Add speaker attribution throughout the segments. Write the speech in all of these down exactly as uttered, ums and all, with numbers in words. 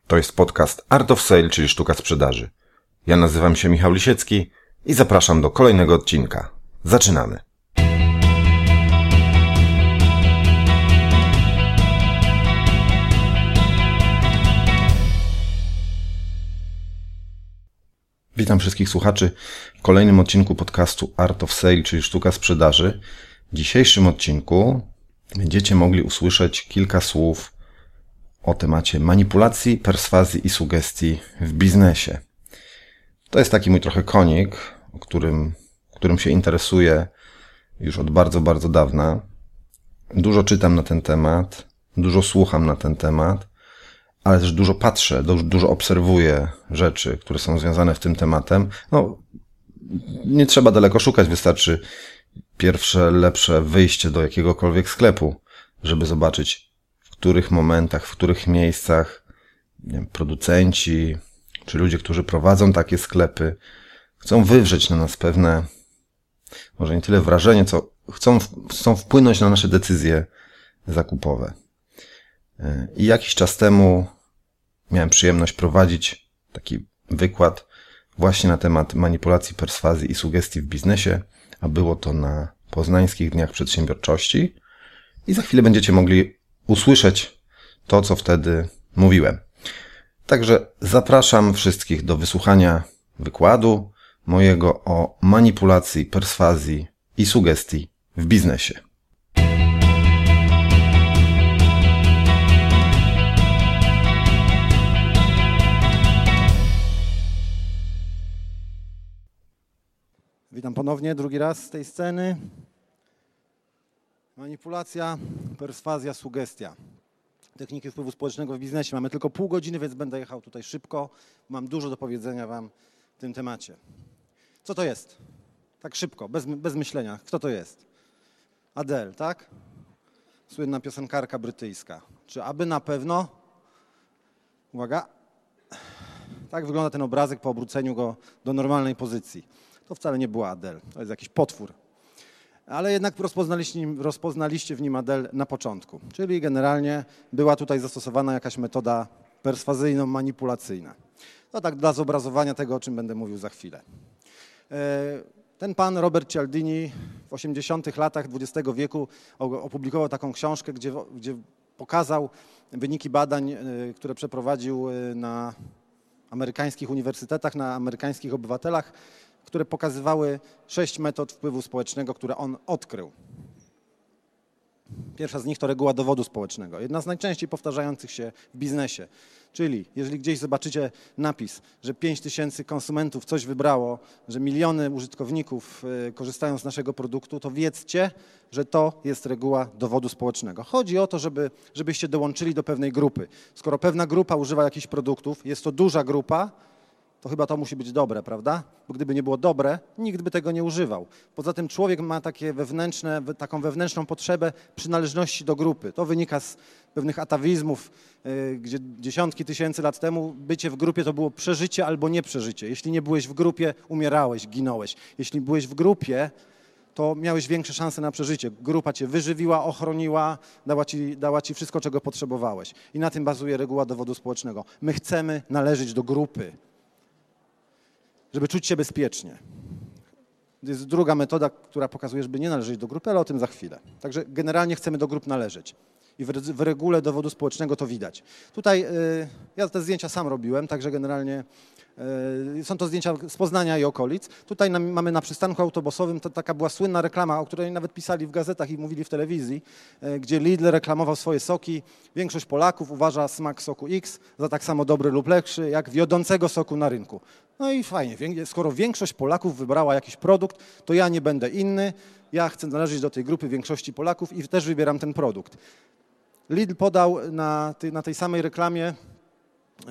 Speaker 1: To jest podcast Art of Sale, czyli sztuka sprzedaży. Ja nazywam się Michał Lisiecki i zapraszam do kolejnego odcinka. Zaczynamy! Witam wszystkich słuchaczy w kolejnym odcinku podcastu Art of Sale, czyli sztuka sprzedaży. W dzisiejszym odcinku będziecie mogli usłyszeć kilka słów o temacie manipulacji, perswazji i sugestii w biznesie. To jest taki mój trochę konik, o którym, którym się interesuję już od bardzo, bardzo dawna. Dużo czytam na ten temat, dużo słucham na ten temat, ale też dużo patrzę, dużo obserwuję rzeczy, które są związane z tym tematem. No, nie trzeba daleko szukać, wystarczy pierwsze, lepsze wyjście do jakiegokolwiek sklepu, żeby zobaczyć, w których momentach, w których miejscach nie wiem, producenci czy ludzie, którzy prowadzą takie sklepy, chcą wywrzeć na nas pewne, może nie tyle wrażenie, co chcą, chcą wpłynąć na nasze decyzje zakupowe. I jakiś czas temu miałem przyjemność prowadzić taki wykład właśnie na temat manipulacji, perswazji i sugestii w biznesie, a było to na Poznańskich Dniach Przedsiębiorczości i za chwilę będziecie mogli usłyszeć to, co wtedy mówiłem. Także zapraszam wszystkich do wysłuchania wykładu mojego o manipulacji, perswazji i sugestii w biznesie.
Speaker 2: Witam ponownie, drugi raz z tej sceny. Manipulacja, perswazja, sugestia. Techniki wpływu społecznego w biznesie. Mamy tylko pół godziny, więc będę jechał tutaj szybko. Mam dużo do powiedzenia wam w tym temacie. Co to jest? Tak szybko, bez, bez myślenia. Kto to jest? Adele, tak? Słynna piosenkarka brytyjska. Czy aby na pewno? Uwaga. Tak wygląda ten obrazek po obróceniu go do normalnej pozycji. To wcale nie była Adele, to jest jakiś potwór. Ale jednak rozpoznaliście, rozpoznaliście w nim Adele na początku. Czyli generalnie była tutaj zastosowana jakaś metoda perswazyjno-manipulacyjna. To tak dla zobrazowania tego, o czym będę mówił za chwilę. Ten pan Robert Cialdini w osiemdziesiątych latach dwudziestego wieku opublikował taką książkę, gdzie, gdzie pokazał wyniki badań, które przeprowadził na amerykańskich uniwersytetach, na amerykańskich obywatelach, które pokazywały sześć metod wpływu społecznego, które on odkrył. Pierwsza z nich to reguła dowodu społecznego. Jedna z najczęściej powtarzających się w biznesie. Czyli jeżeli gdzieś zobaczycie napis, że pięć tysięcy konsumentów coś wybrało, że miliony użytkowników korzystają z naszego produktu, to wiedzcie, że to jest reguła dowodu społecznego. Chodzi o to, żeby, żebyście dołączyli do pewnej grupy. Skoro pewna grupa używa jakichś produktów, jest to duża grupa, to chyba to musi być dobre, prawda? Bo gdyby nie było dobre, nikt by tego nie używał. Poza tym człowiek ma takie wewnętrzne, taką wewnętrzną potrzebę przynależności do grupy. To wynika z pewnych atawizmów, gdzie dziesiątki tysięcy lat temu bycie w grupie to było przeżycie albo nie przeżycie. Jeśli nie byłeś w grupie, umierałeś, ginąłeś. Jeśli byłeś w grupie, to miałeś większe szanse na przeżycie. Grupa cię wyżywiła, ochroniła, dała ci, dała ci wszystko, czego potrzebowałeś. I na tym bazuje reguła dowodu społecznego. My chcemy należeć do grupy, żeby czuć się bezpiecznie. To jest druga metoda, która pokazuje, żeby nie należeć do grupy, ale o tym za chwilę. Także generalnie chcemy do grup należeć. I w, w regule dowodu społecznego to widać. Tutaj y, ja te zdjęcia sam robiłem, także generalnie y, są to zdjęcia z Poznania i okolic. Tutaj na, mamy na przystanku autobusowym, to taka była słynna reklama, o której nawet pisali w gazetach i mówili w telewizji, y, gdzie Lidl reklamował swoje soki. Większość Polaków uważa smak soku X za tak samo dobry lub lepszy, jak wiodącego soku na rynku. No i fajnie, skoro większość Polaków wybrała jakiś produkt, to ja nie będę inny, ja chcę należeć do tej grupy większości Polaków i też wybieram ten produkt. Lidl podał na, ty, na tej samej reklamie, yy,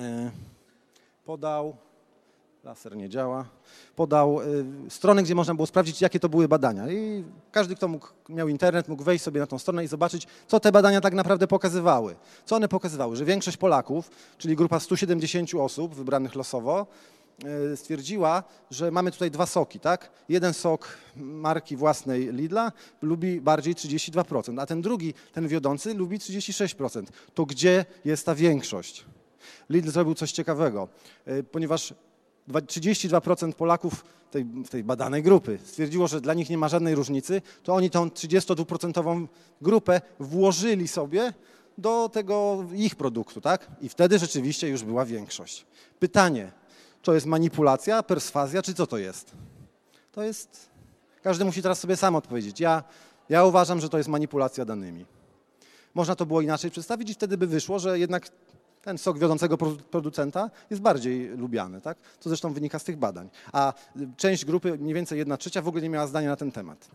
Speaker 2: podał, laser nie działa, podał yy, stronę, gdzie można było sprawdzić, jakie to były badania. I każdy, kto mógł, miał internet, mógł wejść sobie na tą stronę i zobaczyć, co te badania tak naprawdę pokazywały. Co one pokazywały? Że większość Polaków, czyli grupa stu siedemdziesięciu osób wybranych losowo, stwierdziła, że mamy tutaj dwa soki, tak? Jeden sok marki własnej Lidla lubi bardziej trzydzieści dwa procent, a ten drugi, ten wiodący, lubi trzydzieści sześć procent. To gdzie jest ta większość? Lidl zrobił coś ciekawego, ponieważ trzydzieści dwa procent Polaków tej, tej badanej grupy stwierdziło, że dla nich nie ma żadnej różnicy, to oni tą trzydziestodwuprocentową grupę włożyli sobie do tego ich produktu, tak? I wtedy rzeczywiście już była większość. Pytanie, to jest manipulacja, perswazja, czy co to jest? To jest... Każdy musi teraz sobie sam odpowiedzieć. Ja, ja uważam, że to jest manipulacja danymi. Można to było inaczej przedstawić i wtedy by wyszło, że jednak ten sok wiodącego producenta jest bardziej lubiany, tak? Co zresztą wynika z tych badań. A część grupy, mniej więcej jedna trzecia, w ogóle nie miała zdania na ten temat.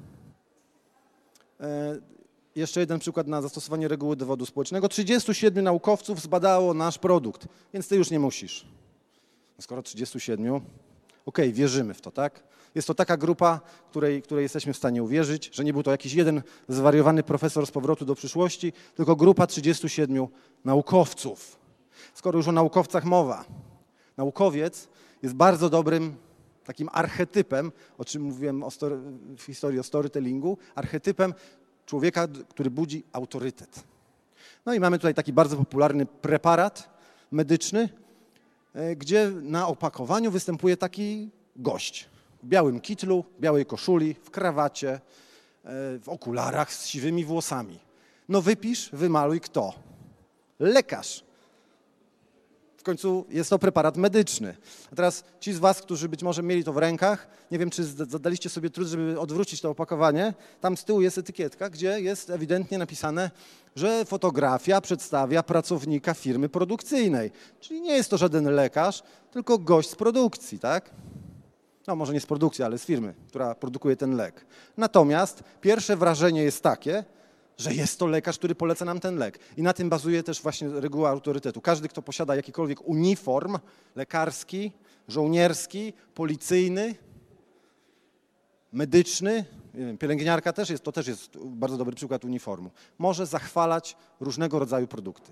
Speaker 2: E, jeszcze jeden przykład na zastosowanie reguły dowodu społecznego. trzydziestu siedmiu naukowców zbadało nasz produkt, więc ty już nie musisz. Skoro trzydziestu siedmiu, okej, wierzymy w to, tak? Jest to taka grupa, której, której jesteśmy w stanie uwierzyć, że nie był to jakiś jeden zwariowany profesor z powrotu do przyszłości, tylko grupa trzydziestu siedmiu naukowców. Skoro już o naukowcach mowa, naukowiec jest bardzo dobrym takim archetypem, o czym mówiłem o story, w historii o storytellingu, archetypem człowieka, który budzi autorytet. No i mamy tutaj taki bardzo popularny preparat medyczny, gdzie na opakowaniu występuje taki gość w białym kitlu, białej koszuli, w krawacie, w okularach z siwymi włosami. No wypisz, wymaluj kto? Lekarz. W końcu jest to preparat medyczny. A teraz ci z was, którzy być może mieli to w rękach, nie wiem, czy zadaliście sobie trud, żeby odwrócić to opakowanie, tam z tyłu jest etykietka, gdzie jest ewidentnie napisane, że fotografia przedstawia pracownika firmy produkcyjnej. Czyli nie jest to żaden lekarz, tylko gość z produkcji, tak? No może nie z produkcji, ale z firmy, która produkuje ten lek. Natomiast pierwsze wrażenie jest takie, że jest to lekarz, który poleca nam ten lek. I na tym bazuje też właśnie reguła autorytetu. Każdy, kto posiada jakikolwiek uniform lekarski, żołnierski, policyjny, medyczny, nie wiem, pielęgniarka też jest, to też jest bardzo dobry przykład uniformu, może zachwalać różnego rodzaju produkty.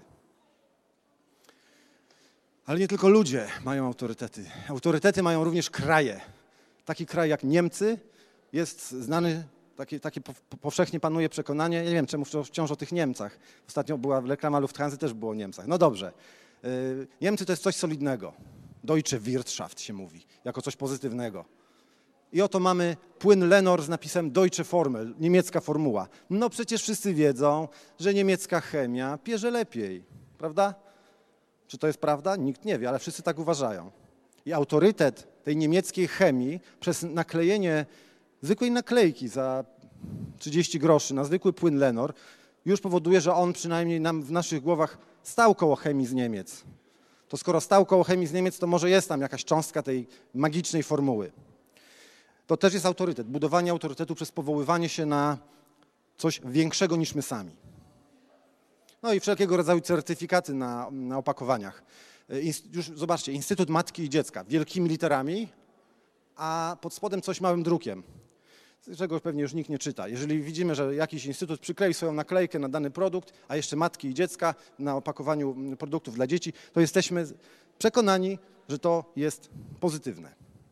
Speaker 2: Ale nie tylko ludzie mają autorytety. Autorytety mają również kraje. Taki kraj jak Niemcy jest znany, takie, takie powszechnie panuje przekonanie, ja nie wiem czemu wciąż o tych Niemcach. Ostatnio była reklama Lufthansa, też było o Niemcach. No dobrze, Niemcy to jest coś solidnego. Deutsche Wirtschaft się mówi, jako coś pozytywnego. I oto mamy płyn Lenor z napisem Deutsche Formel, niemiecka formuła. No przecież wszyscy wiedzą, że niemiecka chemia pierze lepiej, prawda? Czy to jest prawda? Nikt nie wie, ale wszyscy tak uważają. I autorytet tej niemieckiej chemii przez naklejenie zwykłej naklejki za trzydzieści groszy na zwykły płyn Lenor już powoduje, że on przynajmniej nam w naszych głowach stał koło chemii z Niemiec. To skoro stał koło chemii z Niemiec, to może jest tam jakaś cząstka tej magicznej formuły. To też jest autorytet, budowanie autorytetu przez powoływanie się na coś większego niż my sami. No i wszelkiego rodzaju certyfikaty na, na opakowaniach. Już zobaczcie, Instytut Matki i Dziecka, wielkimi literami, a pod spodem coś małym drukiem, czego pewnie już nikt nie czyta. Jeżeli widzimy, że jakiś instytut przyklei swoją naklejkę na dany produkt, a jeszcze matki i dziecka na opakowaniu produktów dla dzieci, to jesteśmy przekonani, że to jest pozytywne.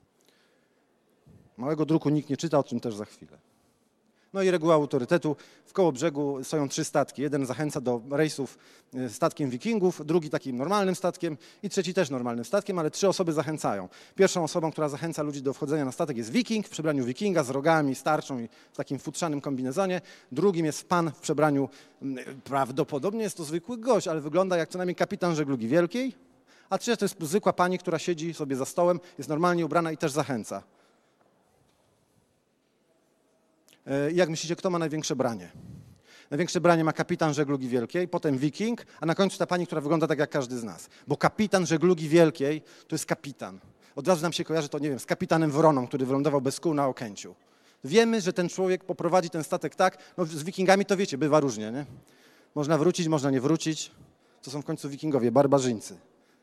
Speaker 2: Małego druku nikt nie czyta, o czym też za chwilę. No i reguła autorytetu. W Kołobrzegu stoją trzy statki. Jeden zachęca do rejsów statkiem wikingów, drugi takim normalnym statkiem i trzeci też normalnym statkiem, ale trzy osoby zachęcają. Pierwszą osobą, która zachęca ludzi do wchodzenia na statek jest wiking w przebraniu wikinga z rogami, starczą i w takim futrzanym kombinezonie. Drugim jest pan w przebraniu, prawdopodobnie jest to zwykły gość, ale wygląda jak co najmniej kapitan żeglugi wielkiej. A trzecia to jest zwykła pani, która siedzi sobie za stołem, jest normalnie ubrana i też zachęca. Jak myślicie, kto ma największe branie? Największe branie ma kapitan żeglugi wielkiej, potem wiking, a na końcu ta pani, która wygląda tak jak każdy z nas. Bo kapitan żeglugi wielkiej to jest kapitan. Od razu nam się kojarzy to, nie wiem, z kapitanem Wroną, który wylądował bez kół na Okęciu. Wiemy, że ten człowiek poprowadzi ten statek tak, no z wikingami to wiecie, bywa różnie, nie? Można wrócić, można nie wrócić. To są w końcu wikingowie, barbarzyńcy.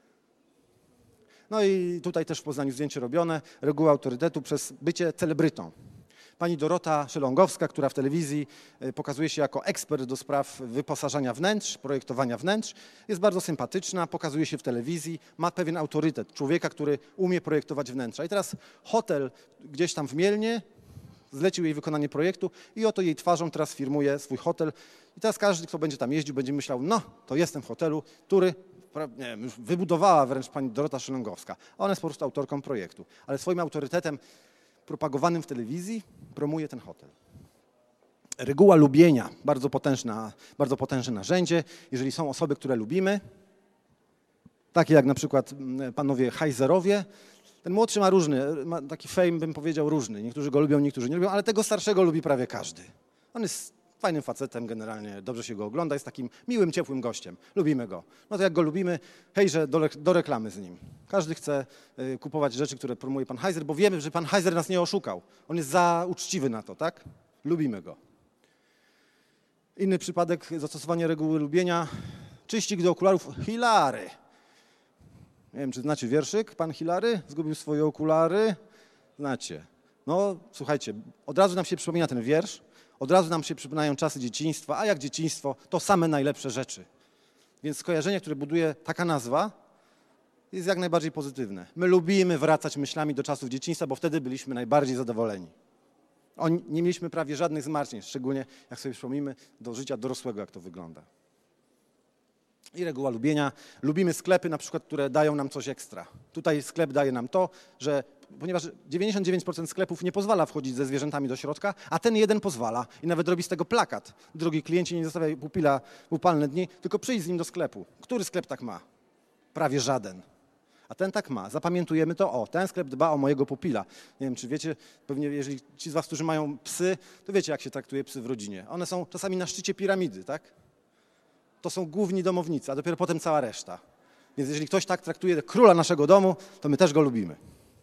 Speaker 2: No i tutaj też w Poznaniu zdjęcie robione, reguła autorytetu przez bycie celebrytą. Pani Dorota Szelongowska, która w telewizji pokazuje się jako ekspert do spraw wyposażania wnętrz, projektowania wnętrz, jest bardzo sympatyczna, pokazuje się w telewizji, ma pewien autorytet człowieka, który umie projektować wnętrza. I teraz hotel gdzieś tam w Mielnie zlecił jej wykonanie projektu i oto jej twarzą teraz firmuje swój hotel. I teraz każdy, kto będzie tam jeździł, będzie myślał, no to jestem w hotelu, który nie wiem, już wybudowała wręcz pani Dorota Szylągowska. Ona jest po prostu autorką projektu, ale swoim autorytetem propagowanym w telewizji promuje ten hotel. Reguła lubienia, bardzo potężna, bardzo potężne narzędzie. Jeżeli są osoby, które lubimy, takie jak na przykład panowie Heiserowie, ten młodszy ma różny, ma taki fame, bym powiedział, różny. Niektórzy go lubią, niektórzy nie lubią, ale tego starszego lubi prawie każdy. On jest fajnym facetem generalnie, dobrze się go ogląda, jest takim miłym, ciepłym gościem. Lubimy go. No to jak go lubimy, hejże, do, do reklamy z nim. Każdy chce y, kupować rzeczy, które promuje pan Heiser, bo wiemy, że pan Heiser nas nie oszukał. On jest za uczciwy na to, tak? Lubimy go. Inny przypadek zastosowania reguły lubienia. Czyścik do okularów Hilary. Nie wiem, czy znacie wierszyk? Pan Hilary zgubił swoje okulary. Znacie. No, słuchajcie, od razu nam się przypomina ten wiersz, od razu nam się przypominają czasy dzieciństwa, a jak dzieciństwo, to same najlepsze rzeczy. Więc skojarzenie, które buduje taka nazwa, jest jak najbardziej pozytywne. My lubimy wracać myślami do czasów dzieciństwa, bo wtedy byliśmy najbardziej zadowoleni. Oni, nie mieliśmy prawie żadnych zmartwień, szczególnie jak sobie przypomnimy do życia dorosłego, jak to wygląda. I reguła lubienia. Lubimy sklepy, na przykład, które dają nam coś ekstra. Tutaj sklep daje nam to, że ponieważ dziewięćdziesiąt dziewięć procent sklepów nie pozwala wchodzić ze zwierzętami do środka, a ten jeden pozwala i nawet robi z tego plakat. Drogi klienci, nie zostawiaj pupila w upalne dni, tylko przyjdź z nim do sklepu. Który sklep tak ma? Prawie żaden. A ten tak ma. Zapamiętujemy to, o, ten sklep dba o mojego pupila. Nie wiem, czy wiecie, pewnie jeżeli ci z was, którzy mają psy, to wiecie, jak się traktuje psy w rodzinie. One są czasami na szczycie piramidy, tak? To są główni domownicy, a dopiero potem cała reszta. Więc jeżeli ktoś tak traktuje króla naszego domu, to my też go lubimy.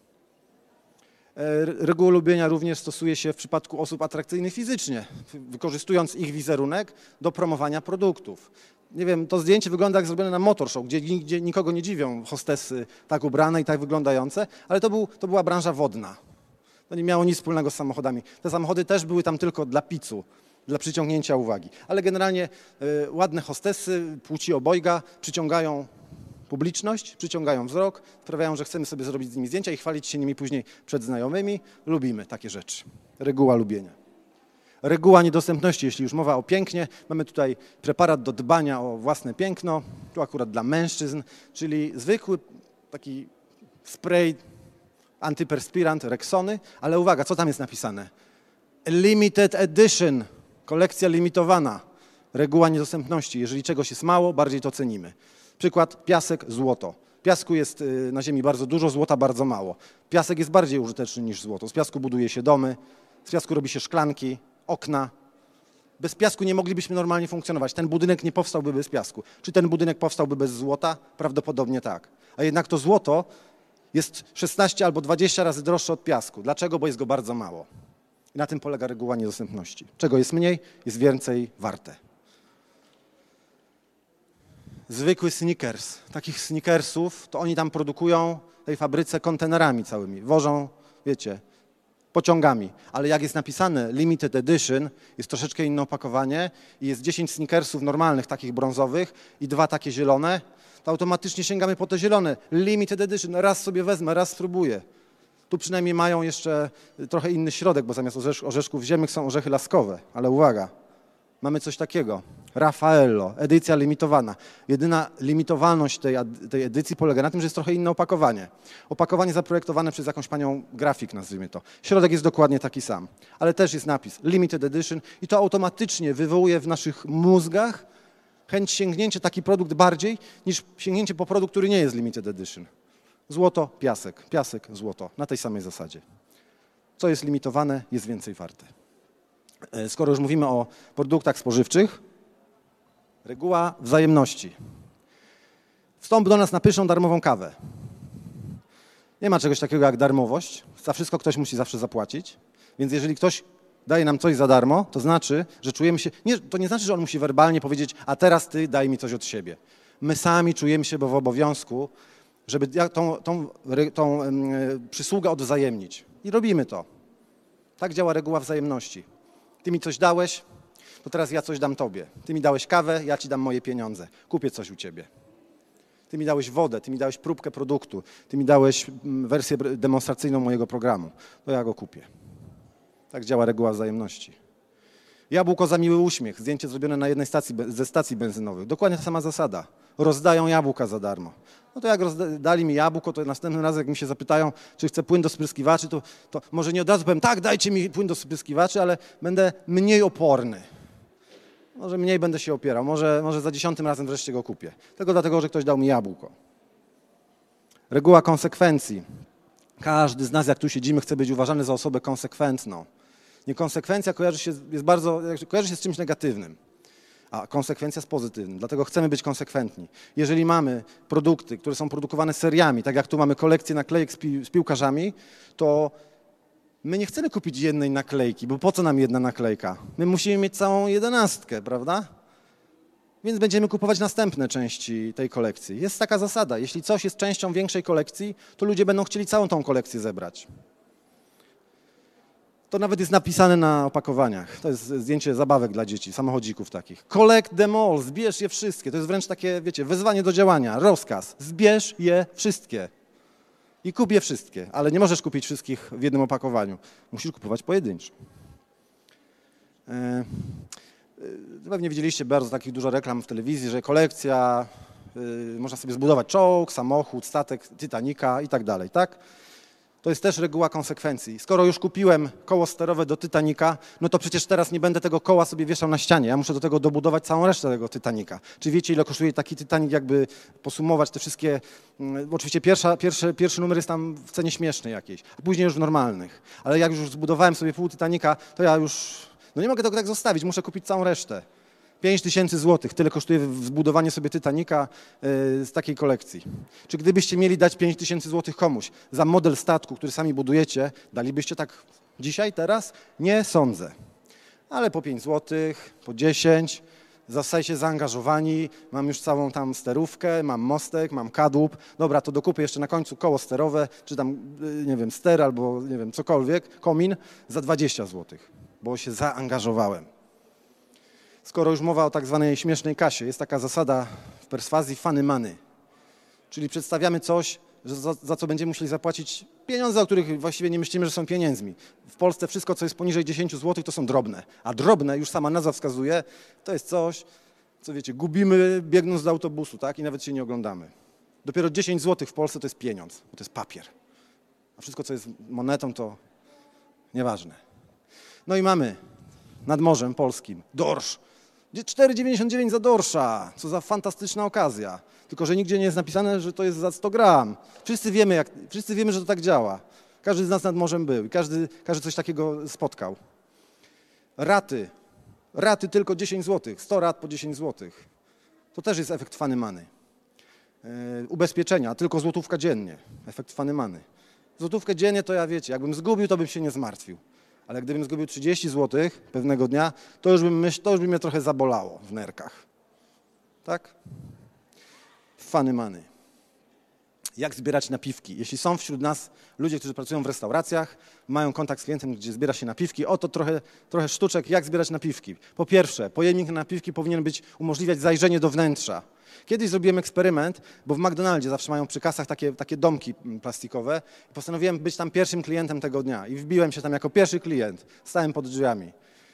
Speaker 2: Reguła lubienia również stosuje się w przypadku osób atrakcyjnych fizycznie, wykorzystując ich wizerunek do promowania produktów. Nie wiem, to zdjęcie wygląda jak zrobione na motor show, gdzie nigdzie nikogo nie dziwią hostesy tak ubrane i tak wyglądające, ale to, był, to była branża wodna. To nie miało nic wspólnego z samochodami. Te samochody też były tam tylko dla picu, dla przyciągnięcia uwagi. Ale generalnie y, ładne hostesy płci obojga przyciągają publiczność, przyciągają wzrok, sprawiają, że chcemy sobie zrobić z nimi zdjęcia i chwalić się nimi później przed znajomymi. Lubimy takie rzeczy. Reguła lubienia. Reguła niedostępności, jeśli już mowa o pięknie. Mamy tutaj preparat do dbania o własne piękno, tu akurat dla mężczyzn, czyli zwykły taki spray, antyperspirant Rexony, ale uwaga, co tam jest napisane? Limited edition, kolekcja limitowana. Reguła niedostępności. Jeżeli czegoś jest mało, bardziej to cenimy. Przykład, piasek, złoto. Piasku jest na ziemi bardzo dużo, złota bardzo mało. Piasek jest bardziej użyteczny niż złoto. Z piasku buduje się domy, z piasku robi się szklanki, okna. Bez piasku nie moglibyśmy normalnie funkcjonować. Ten budynek nie powstałby bez piasku. Czy ten budynek powstałby bez złota? Prawdopodobnie tak. A jednak to złoto jest szesnaście albo dwadzieścia razy droższe od piasku. Dlaczego? Bo jest go bardzo mało. I na tym polega reguła niedostępności. Czego jest mniej, jest więcej warte. Zwykły Snickers. Takich Snickersów to oni tam produkują w tej fabryce kontenerami całymi. Wożą, wiecie, pociągami. Ale jak jest napisane limited edition, jest troszeczkę inne opakowanie i jest dziesięć Snickersów normalnych, takich brązowych i dwa takie zielone, to automatycznie sięgamy po te zielone. Limited edition. Raz sobie wezmę, raz spróbuję. Tu przynajmniej mają jeszcze trochę inny środek, bo zamiast orzesz orzeszków ziemnych są orzechy laskowe. Ale uwaga, mamy coś takiego. Raffaello, edycja limitowana. Jedyna limitowalność tej, tej edycji polega na tym, że jest trochę inne opakowanie. Opakowanie zaprojektowane przez jakąś panią grafik, nazwijmy to. Środek jest dokładnie taki sam, ale też jest napis limited edition i to automatycznie wywołuje w naszych mózgach chęć sięgnięcia taki produkt bardziej niż sięgnięcie po produkt, który nie jest limited edition. Złoto, piasek, piasek, złoto, na tej samej zasadzie. Co jest limitowane, jest więcej warte. Skoro już mówimy o produktach spożywczych, reguła wzajemności. Wstąp do nas na pyszną, darmową kawę. Nie ma czegoś takiego jak darmowość. Za wszystko ktoś musi zawsze zapłacić. Więc jeżeli ktoś daje nam coś za darmo, to znaczy, że czujemy się... Nie, to nie znaczy, że on musi werbalnie powiedzieć, a teraz ty daj mi coś od siebie. My sami czujemy się w obowiązku, żeby tą, tą, tą przysługę odwzajemnić. I robimy to. Tak działa reguła wzajemności. Ty mi coś dałeś, to teraz ja coś dam tobie. Ty mi dałeś kawę, ja ci dam moje pieniądze. Kupię coś u ciebie. Ty mi dałeś wodę, ty mi dałeś próbkę produktu, ty mi dałeś wersję demonstracyjną mojego programu. To ja go kupię. Tak działa reguła wzajemności. Jabłko za miły uśmiech. Zdjęcie zrobione na jednej stacji, ze stacji benzynowych. Dokładnie ta sama zasada. rozdają jabłka za darmo. No to jak dali mi jabłko, to następnym razem jak mi się zapytają, czy chcę płyn do spryskiwaczy, to, to może nie od razu powiem, tak, dajcie mi płyn do spryskiwaczy, ale będę mniej oporny. Może mniej będę się opierał, może, może za dziesiątym razem wreszcie go kupię. Tylko dlatego, że ktoś dał mi jabłko. Reguła konsekwencji. Każdy z nas, jak tu siedzimy, chce być uważany za osobę konsekwentną. Niekonsekwencja kojarzy się, jest bardzo, kojarzy się z czymś negatywnym, a konsekwencja z pozytywnym. Dlatego chcemy być konsekwentni. Jeżeli mamy produkty, które są produkowane seriami, tak jak tu mamy kolekcję naklejek z, pi z piłkarzami, to my nie chcemy kupić jednej naklejki, bo po co nam jedna naklejka? My musimy mieć całą jedenastkę, prawda? Więc będziemy kupować następne części tej kolekcji. Jest taka zasada, jeśli coś jest częścią większej kolekcji, to ludzie będą chcieli całą tą kolekcję zebrać. To nawet jest napisane na opakowaniach. To jest zdjęcie zabawek dla dzieci, samochodzików takich. Collect them all, zbierz je wszystkie. To jest wręcz takie, wiecie, wezwanie do działania, rozkaz. Zbierz je wszystkie. I kup je wszystkie, ale nie możesz kupić wszystkich w jednym opakowaniu. Musisz kupować pojedynczo. E Pewnie widzieliście bardzo takich dużo reklam w telewizji, że kolekcja, yy, można sobie zbudować czołg, samochód, statek Titanica i tak dalej, tak? To jest też reguła konsekwencji. Skoro już kupiłem koło sterowe do Titanica, no to przecież teraz nie będę tego koła sobie wieszał na ścianie. Ja muszę do tego dobudować całą resztę tego Titanica. Czy wiecie, ile kosztuje taki Titanic, jakby posumować te wszystkie... Yy, oczywiście pierwsza, pierwszy, pierwszy numer jest tam w cenie śmiesznej jakiejś, a później już w normalnych. Ale jak już zbudowałem sobie pół Titanica, to ja już... No nie mogę tego tak zostawić, muszę kupić całą resztę. pięć tysięcy złotych, tyle kosztuje zbudowanie sobie Titanica z takiej kolekcji. Czy gdybyście mieli dać pięć tysięcy złotych komuś za model statku, który sami budujecie, dalibyście tak dzisiaj, teraz? Nie sądzę. Ale po pięć złotych, po dziesięć, zostajecie zaangażowani, mam już całą tam sterówkę, mam mostek, mam kadłub, dobra, to dokupię jeszcze na końcu koło sterowe, czy tam, nie wiem, ster albo, nie wiem, cokolwiek, komin za dwadzieścia złotych. Bo się zaangażowałem. Skoro już mowa o tak zwanej śmiesznej kasie, jest taka zasada w perswazji funny money, czyli przedstawiamy coś, za, za co będziemy musieli zapłacić pieniądze, o których właściwie nie myślimy, że są pieniędzmi. W Polsce wszystko, co jest poniżej dziesięć złotych, to są drobne, a drobne, już sama nazwa wskazuje, to jest coś, co wiecie, gubimy biegnąc do autobusu, tak, i nawet się nie oglądamy. Dopiero dziesięć złotych w Polsce to jest pieniądz, bo to jest papier, a wszystko, co jest monetą, to nieważne. No i mamy nad Morzem Polskim dorsz. cztery dziewięćdziesiąt dziewięć za dorsza. Co za fantastyczna okazja. Tylko że nigdzie nie jest napisane, że to jest za sto gram. Wszyscy wiemy, jak, wszyscy wiemy, że to tak działa. Każdy z nas nad morzem był i każdy, każdy coś takiego spotkał. Raty. Raty tylko dziesięć złotych. sto rat po dziesięć złotych. To też jest efekt funny money. Yy, ubezpieczenia. Tylko złotówka dziennie. Efekt funny money. Złotówkę dziennie to ja wiecie, jakbym zgubił, to bym się nie zmartwił. Ale gdybym zgubił trzydzieści złotych pewnego dnia, to już, bym myśl, to już by mnie trochę zabolało w nerkach. Tak? Funny money. Jak zbierać napiwki? Jeśli są wśród nas ludzie, którzy pracują w restauracjach, mają kontakt z klientem, gdzie zbiera się napiwki, oto trochę, trochę sztuczek, jak zbierać napiwki. Po pierwsze, pojemnik na napiwki powinien być, umożliwiać zajrzenie do wnętrza. Kiedyś zrobiłem eksperyment, bo w McDonaldzie zawsze mają przy kasach takie, takie domki plastikowe. Postanowiłem być tam pierwszym klientem tego dnia i wbiłem się tam jako pierwszy klient. Stałem pod drzwiami.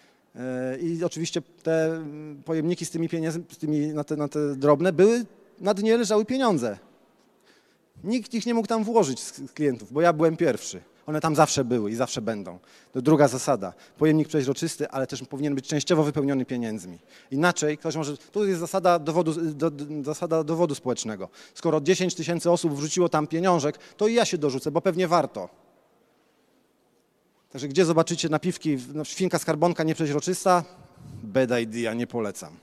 Speaker 2: I oczywiście te pojemniki z tymi pieniędzmi, z tymi na te, na te drobne, były, na dnie leżały pieniądze. Nikt ich nie mógł tam włożyć z klientów, bo ja byłem pierwszy. One tam zawsze były i zawsze będą. To druga zasada. Pojemnik przeźroczysty, ale też powinien być częściowo wypełniony pieniędzmi. Inaczej ktoś może... Tu jest zasada dowodu, do, zasada dowodu społecznego. Skoro dziesięć tysięcy osób wrzuciło tam pieniążek, to i ja się dorzucę, bo pewnie warto. Także gdzie zobaczycie napiwki, no, świnka skarbonka nieprzeźroczysta? Bad idea, nie polecam.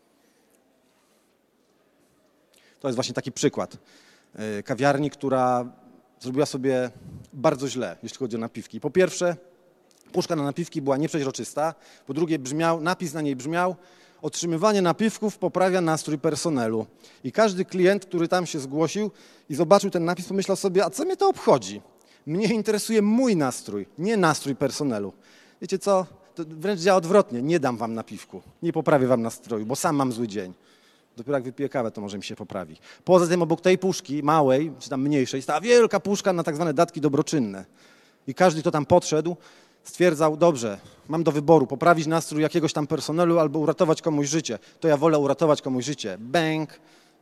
Speaker 2: To jest właśnie taki przykład kawiarni, która zrobiła sobie bardzo źle, jeśli chodzi o napiwki. Po pierwsze, puszka na napiwki była nieprzeźroczysta. Po drugie, brzmiał, napis na niej brzmiał: otrzymywanie napiwków poprawia nastrój personelu. I każdy klient, który tam się zgłosił i zobaczył ten napis, pomyślał sobie, a co mnie to obchodzi? Mnie interesuje mój nastrój, nie nastrój personelu. Wiecie co? To wręcz działa odwrotnie. Nie dam wam napiwku, nie poprawię wam nastroju, bo sam mam zły dzień. Dopiero jak wypiję kawę, to może mi się poprawi. Poza tym obok tej puszki, małej, czy tam mniejszej, stała wielka puszka na tak zwane datki dobroczynne. I każdy, kto tam podszedł, stwierdzał, dobrze, mam do wyboru poprawić nastrój jakiegoś tam personelu albo uratować komuś życie. To ja wolę uratować komuś życie. Bęk,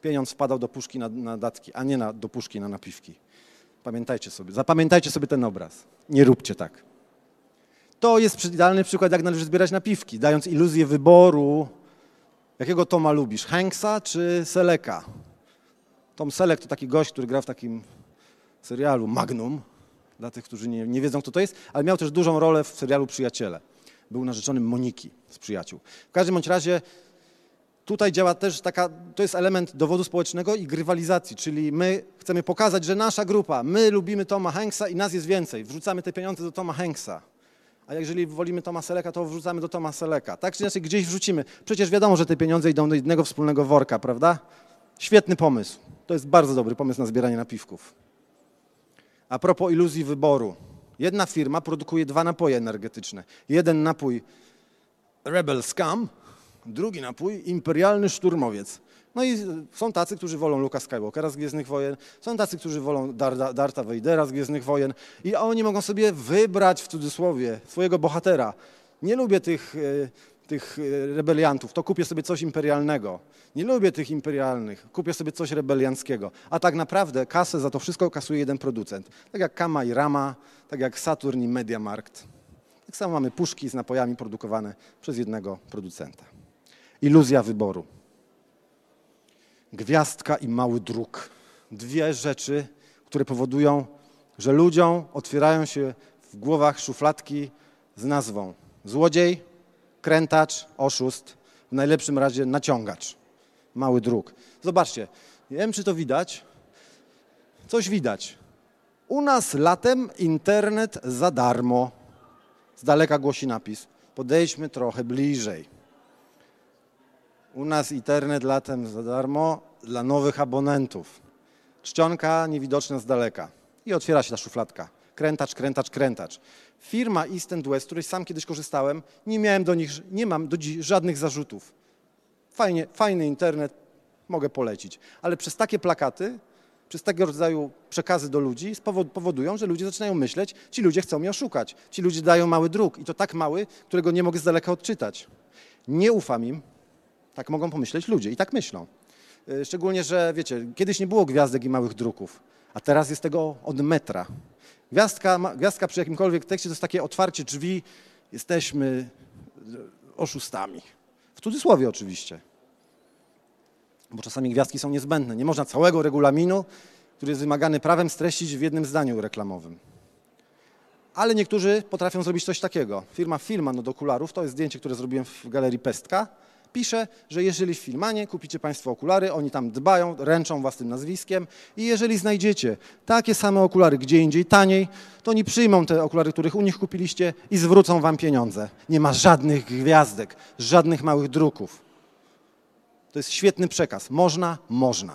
Speaker 2: pieniądz wpadał do puszki na, na datki, a nie na, do puszki na napiwki. Pamiętajcie sobie, zapamiętajcie sobie ten obraz. Nie róbcie tak. To jest idealny przykład, jak należy zbierać napiwki, dając iluzję wyboru, jakiego Toma lubisz, Hanksa czy Seleka. Tom Selleck to taki gość, który gra w takim serialu Magnum, dla tych, którzy nie, nie wiedzą, kto to jest, ale miał też dużą rolę w serialu Przyjaciele. Był narzeczonym Moniki z Przyjaciół. W każdym bądź razie tutaj działa też taka, to jest element dowodu społecznego i grywalizacji, czyli my chcemy pokazać, że nasza grupa, my lubimy Toma Hanksa i nas jest więcej. Wrzucamy te pieniądze do Toma Hanksa. A jeżeli wolimy Toma Sellecka, to wrzucamy do Toma Sellecka. Tak czy inaczej gdzieś wrzucimy. Przecież wiadomo, że te pieniądze idą do jednego wspólnego worka, prawda? Świetny pomysł. To jest bardzo dobry pomysł na zbieranie napiwków. A propos iluzji wyboru. Jedna firma produkuje dwa napoje energetyczne. Jeden napój Rebel Scum, drugi napój Imperialny Szturmowiec. No i są tacy, którzy wolą Luka Skywalkera z Gwiezdnych Wojen, są tacy, którzy wolą Darda, Darta Vadera z Gwiezdnych Wojen i oni mogą sobie wybrać w cudzysłowie swojego bohatera. Nie lubię tych, tych rebeliantów, to kupię sobie coś imperialnego. Nie lubię tych imperialnych, kupię sobie coś rebelianckiego. A tak naprawdę kasę za to wszystko kasuje jeden producent. Tak jak Kama i Rama, tak jak Saturn i Mediamarkt. Tak samo mamy puszki z napojami produkowane przez jednego producenta. Iluzja wyboru. Gwiazdka i mały druk. Dwie rzeczy, które powodują, że ludziom otwierają się w głowach szufladki z nazwą złodziej, krętacz, oszust, w najlepszym razie naciągacz. Mały druk. Zobaczcie, nie wiem, czy to widać. Coś widać. U nas latem internet za darmo. Z daleka głosi napis. Podejdźmy trochę bliżej. U nas internet latem za darmo dla nowych abonentów. Czcionka niewidoczna z daleka. I otwiera się ta szufladka. Krętacz, krętacz, krętacz. Firma East and West, z której sam kiedyś korzystałem, nie miałem do nich, nie mam do dziś żadnych zarzutów. Fajnie, fajny internet, mogę polecić. Ale przez takie plakaty, przez tego rodzaju przekazy do ludzi powodują, że ludzie zaczynają myśleć, ci ludzie chcą mnie oszukać. Ci ludzie dają mały druk i to tak mały, którego nie mogę z daleka odczytać. Nie ufam im. Tak mogą pomyśleć ludzie i tak myślą. Szczególnie, że wiecie, kiedyś nie było gwiazdek i małych druków, a teraz jest tego od metra. Gwiazdka, gwiazdka przy jakimkolwiek tekście to jest takie otwarcie drzwi, jesteśmy oszustami. W cudzysłowie oczywiście. Bo czasami gwiazdki są niezbędne. Nie można całego regulaminu, który jest wymagany prawem, streścić w jednym zdaniu reklamowym. Ale niektórzy potrafią zrobić coś takiego. Firma Filman od okularów, to jest zdjęcie, które zrobiłem w Galerii Pestka, pisze, że jeżeli w Filmanie kupicie Państwo okulary, oni tam dbają, ręczą Was tym nazwiskiem i jeżeli znajdziecie takie same okulary gdzie indziej taniej, to oni przyjmą te okulary, których u nich kupiliście i zwrócą Wam pieniądze. Nie ma żadnych gwiazdek, żadnych małych druków. To jest świetny przekaz. Można? Można.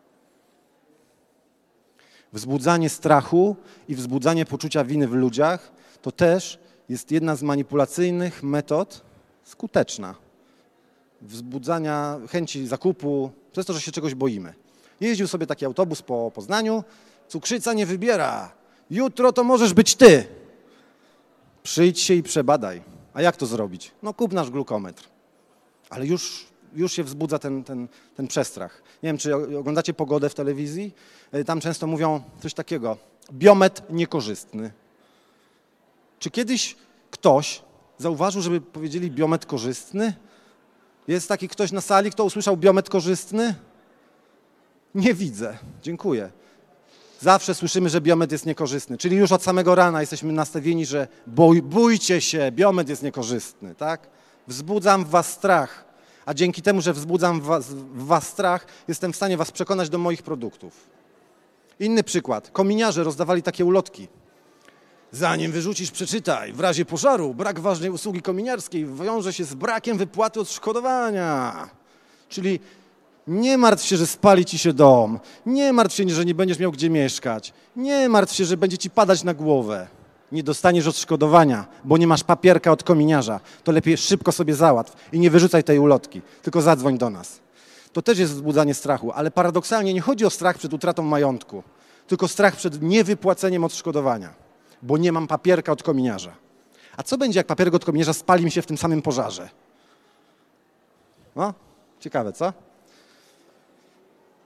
Speaker 2: Wzbudzanie strachu i wzbudzanie poczucia winy w ludziach to też jest jedna z manipulacyjnych metod skuteczna. Wzbudzania chęci zakupu przez to, że się czegoś boimy. Jeździł sobie taki autobus po Poznaniu, cukrzyca nie wybiera, jutro to możesz być ty. Przyjdź się i przebadaj. A jak to zrobić? No kup nasz glukometr. Ale już, już się wzbudza ten, ten, ten przestrach. Nie wiem, czy oglądacie pogodę w telewizji? Tam często mówią coś takiego, biometr niekorzystny. Czy kiedyś ktoś zauważył, żeby powiedzieli biometr korzystny? Jest taki ktoś na sali, kto usłyszał biometr korzystny? Nie widzę. Dziękuję. Zawsze słyszymy, że biometr jest niekorzystny, czyli już od samego rana jesteśmy nastawieni, że bój, bójcie się, biometr jest niekorzystny, tak? Wzbudzam w was strach, a dzięki temu, że wzbudzam w was, w was strach, jestem w stanie was przekonać do moich produktów. Inny przykład. Kominiarze rozdawali takie ulotki. Zanim wyrzucisz, przeczytaj. W razie pożaru brak ważnej usługi kominiarskiej wiąże się z brakiem wypłaty odszkodowania. Czyli nie martw się, że spali ci się dom. Nie martw się, że nie będziesz miał gdzie mieszkać. Nie martw się, że będzie ci padać na głowę. Nie dostaniesz odszkodowania, bo nie masz papierka od kominiarza. To lepiej szybko sobie załatw i nie wyrzucaj tej ulotki, tylko zadzwoń do nas. To też jest wzbudzanie strachu, ale paradoksalnie nie chodzi o strach przed utratą majątku, tylko strach przed niewypłaceniem odszkodowania. Bo nie mam papierka od kominiarza. A co będzie, jak papierek od kominiarza spali mi się w tym samym pożarze? No, ciekawe, co?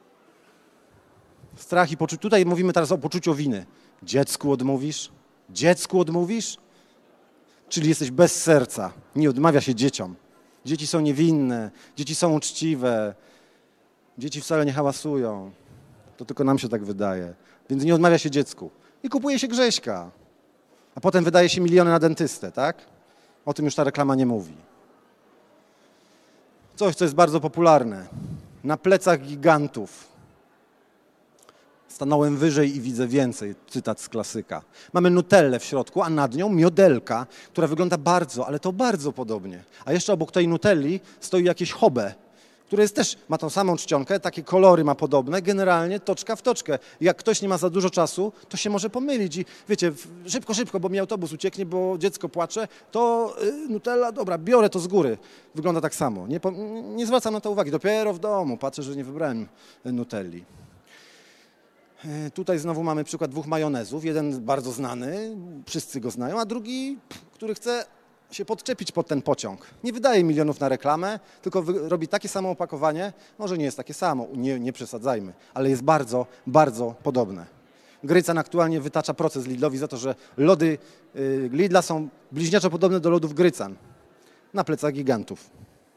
Speaker 2: Strach i poczucie. Tutaj mówimy teraz o poczuciu winy. Dziecku odmówisz? Dziecku odmówisz? Czyli jesteś bez serca. Nie odmawia się dzieciom. Dzieci są niewinne, dzieci są uczciwe, dzieci wcale nie hałasują. To tylko nam się tak wydaje. Więc nie odmawia się dziecku. I kupuje się Grześka. A potem wydaje się miliony na dentystę, tak? O tym już ta reklama nie mówi. Coś, co jest bardzo popularne. Na plecach gigantów. Stanąłem wyżej i widzę więcej. Cytat z klasyka. Mamy nutellę w środku, a nad nią miodelka, która wygląda bardzo, ale to bardzo podobnie. A jeszcze obok tej nutelli stoi jakieś hobę, które jest też, ma tą samą czcionkę, takie kolory ma podobne, generalnie toczka w toczkę. Jak ktoś nie ma za dużo czasu, to się może pomylić i wiecie, szybko, szybko, bo mi autobus ucieknie, bo dziecko płacze, to y, nutella, dobra, biorę to z góry. Wygląda tak samo. Nie, nie zwracam na to uwagi. Dopiero w domu patrzę, że nie wybrałem nutelli. Tutaj znowu mamy przykład dwóch majonezów. Jeden bardzo znany, wszyscy go znają, a drugi, który chce się podczepić pod ten pociąg. Nie wydaje milionów na reklamę, tylko robi takie samo opakowanie. Może nie jest takie samo, nie, nie przesadzajmy, ale jest bardzo, bardzo podobne. Grycan aktualnie wytacza proces Lidlowi za to, że lody Lidla są bliźniaczo podobne do lodów Grycan na plecach gigantów.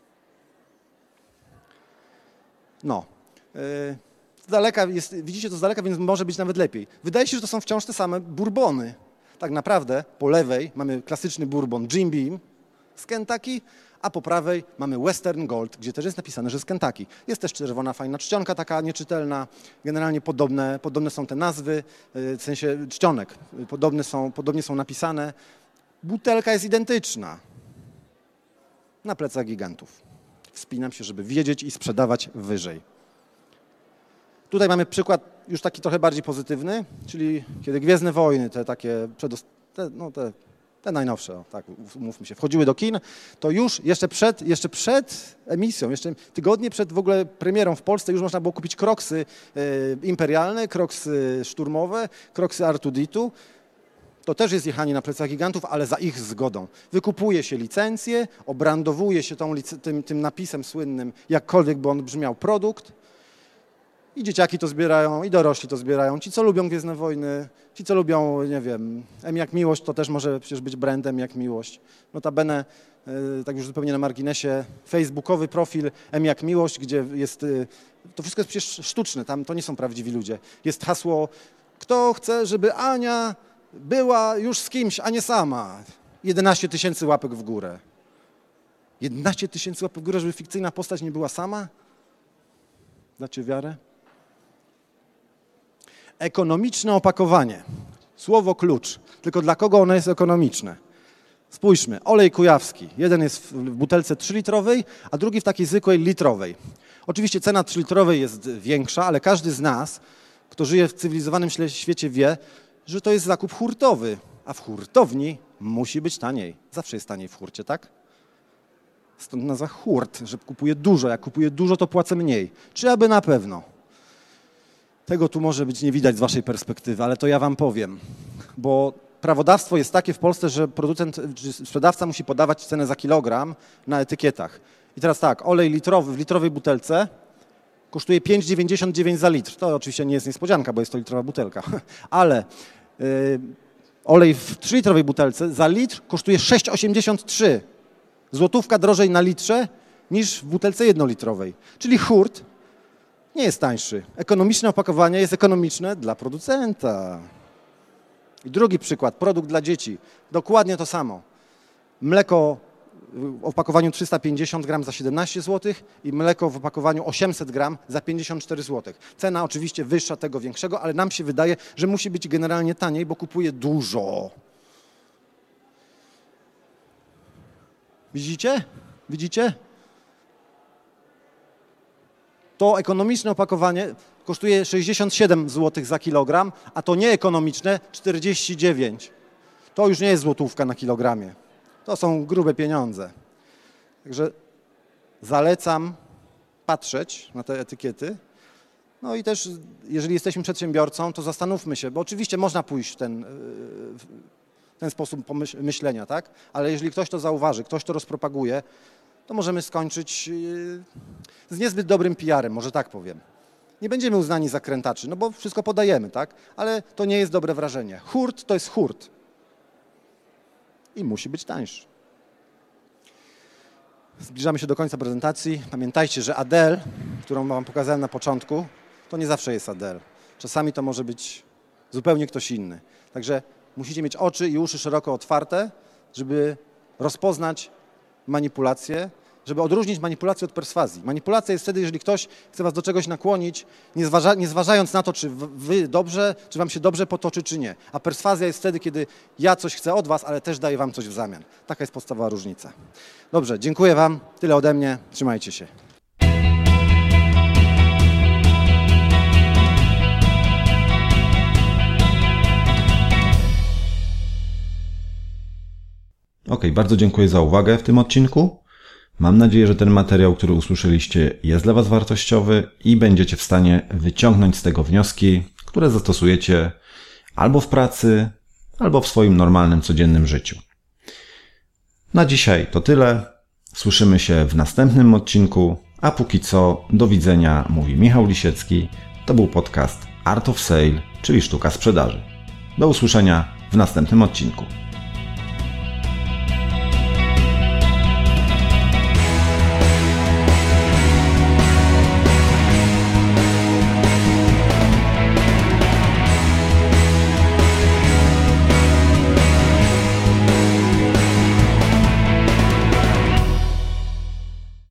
Speaker 2: No. Z daleka jest, widzicie to z daleka, więc może być nawet lepiej. Wydaje się, że to są wciąż te same bourbony. Tak naprawdę po lewej mamy klasyczny bourbon Jim Beam z Kentucky, a po prawej mamy Western Gold, gdzie też jest napisane, że z Kentucky. Jest też czerwona, fajna czcionka, taka nieczytelna. Generalnie podobne, podobne są te nazwy, w sensie czcionek. Podobne są, podobnie są napisane. Butelka jest identyczna. Na plecach gigantów. Wspinam się, żeby wiedzieć i sprzedawać wyżej. Tutaj mamy przykład już taki trochę bardziej pozytywny, czyli kiedy Gwiezdne Wojny, te takie, przedost... te, no te, te najnowsze, o, tak, umówmy się, wchodziły do kin, to już jeszcze przed, jeszcze przed emisją, jeszcze tygodnie przed w ogóle premierą w Polsce już można było kupić kroksy e, imperialne, kroksy szturmowe, kroksy Artuditu. To też jest jechanie na plecach gigantów, ale za ich zgodą. Wykupuje się licencję, obrandowuje się tą, tym, tym napisem słynnym, jakkolwiek by on brzmiał, produkt. I dzieciaki to zbierają, i dorośli to zbierają. Ci, co lubią Gwiezdne Wojny, ci, co lubią, nie wiem, M jak Miłość, to też może przecież być brandem jak Miłość. Notabene, tak już zupełnie na marginesie, facebookowy profil M jak Miłość, gdzie jest, to wszystko jest przecież sztuczne, tam to nie są prawdziwi ludzie. Jest hasło, kto chce, żeby Ania była już z kimś, a nie sama. jedenaście tysięcy łapek w górę. jedenaście tysięcy łapek w górę, żeby fikcyjna postać nie była sama? Dacie wiarę? Ekonomiczne opakowanie. Słowo klucz. Tylko dla kogo ono jest ekonomiczne? Spójrzmy. Olej kujawski. Jeden jest w butelce trzylitrowej, a drugi w takiej zwykłej litrowej. Oczywiście cena trzylitrowej jest większa, ale każdy z nas, kto żyje w cywilizowanym świecie, wie, że to jest zakup hurtowy, a w hurtowni musi być taniej. Zawsze jest taniej w hurcie, tak? Stąd nazwa hurt, że kupuję dużo. Jak kupuję dużo, to płacę mniej. Czy aby na pewno? Tego tu może być nie widać z waszej perspektywy, ale to ja wam powiem. Bo prawodawstwo jest takie w Polsce, że producent czy sprzedawca musi podawać cenę za kilogram na etykietach. I teraz tak, olej litrowy w litrowej butelce kosztuje pięć dziewięćdziesiąt dziewięć za litr. To oczywiście nie jest niespodzianka, bo jest to litrowa butelka. Ale yy, olej w trzylitrowej butelce za litr kosztuje sześć osiemdziesiąt trzy. Złotówka drożej na litrze niż w butelce jednolitrowej. Czyli hurt nie jest tańszy. Ekonomiczne opakowanie jest ekonomiczne dla producenta. I drugi przykład, produkt dla dzieci. Dokładnie to samo. Mleko w opakowaniu trzysta pięćdziesiąt gramów za siedemnaście złotych i mleko w opakowaniu osiemset gramów za pięćdziesiąt cztery złote. Cena oczywiście wyższa tego większego, ale nam się wydaje, że musi być generalnie taniej, bo kupuje dużo. Widzicie? Widzicie? To ekonomiczne opakowanie kosztuje sześćdziesiąt siedem złotych za kilogram, a to nieekonomiczne czterdzieści dziewięć. To już nie jest złotówka na kilogramie. To są grube pieniądze. Także zalecam patrzeć na te etykiety. No i też, jeżeli jesteśmy przedsiębiorcą, to zastanówmy się, bo oczywiście można pójść w ten, w ten sposób myślenia, tak? Ale jeżeli ktoś to zauważy, ktoś to rozpropaguje, to możemy skończyć z niezbyt dobrym P R em, może tak powiem. Nie będziemy uznani za krętaczy, no bo wszystko podajemy, tak? Ale to nie jest dobre wrażenie. Hurt to jest hurt. I musi być tańszy. Zbliżamy się do końca prezentacji. Pamiętajcie, że Adele, którą wam pokazałem na początku, to nie zawsze jest Adele. Czasami to może być zupełnie ktoś inny. Także musicie mieć oczy i uszy szeroko otwarte, żeby rozpoznać manipulację, żeby odróżnić manipulację od perswazji. Manipulacja jest wtedy, jeżeli ktoś chce was do czegoś nakłonić, nie, zważa, nie zważając na to, czy wy dobrze, czy wam się dobrze potoczy, czy nie. A perswazja jest wtedy, kiedy ja coś chcę od was, ale też daję wam coś w zamian. Taka jest podstawowa różnica. Dobrze, dziękuję wam. Tyle ode mnie. Trzymajcie się.
Speaker 1: Ok, bardzo dziękuję za uwagę w tym odcinku. Mam nadzieję, że ten materiał, który usłyszeliście, jest dla was wartościowy i będziecie w stanie wyciągnąć z tego wnioski, które zastosujecie albo w pracy, albo w swoim normalnym, codziennym życiu. Na dzisiaj to tyle. Słyszymy się w następnym odcinku, a póki co do widzenia, mówi Michał Lisiecki. To był podcast Art of Sale, czyli sztuka sprzedaży. Do usłyszenia w następnym odcinku.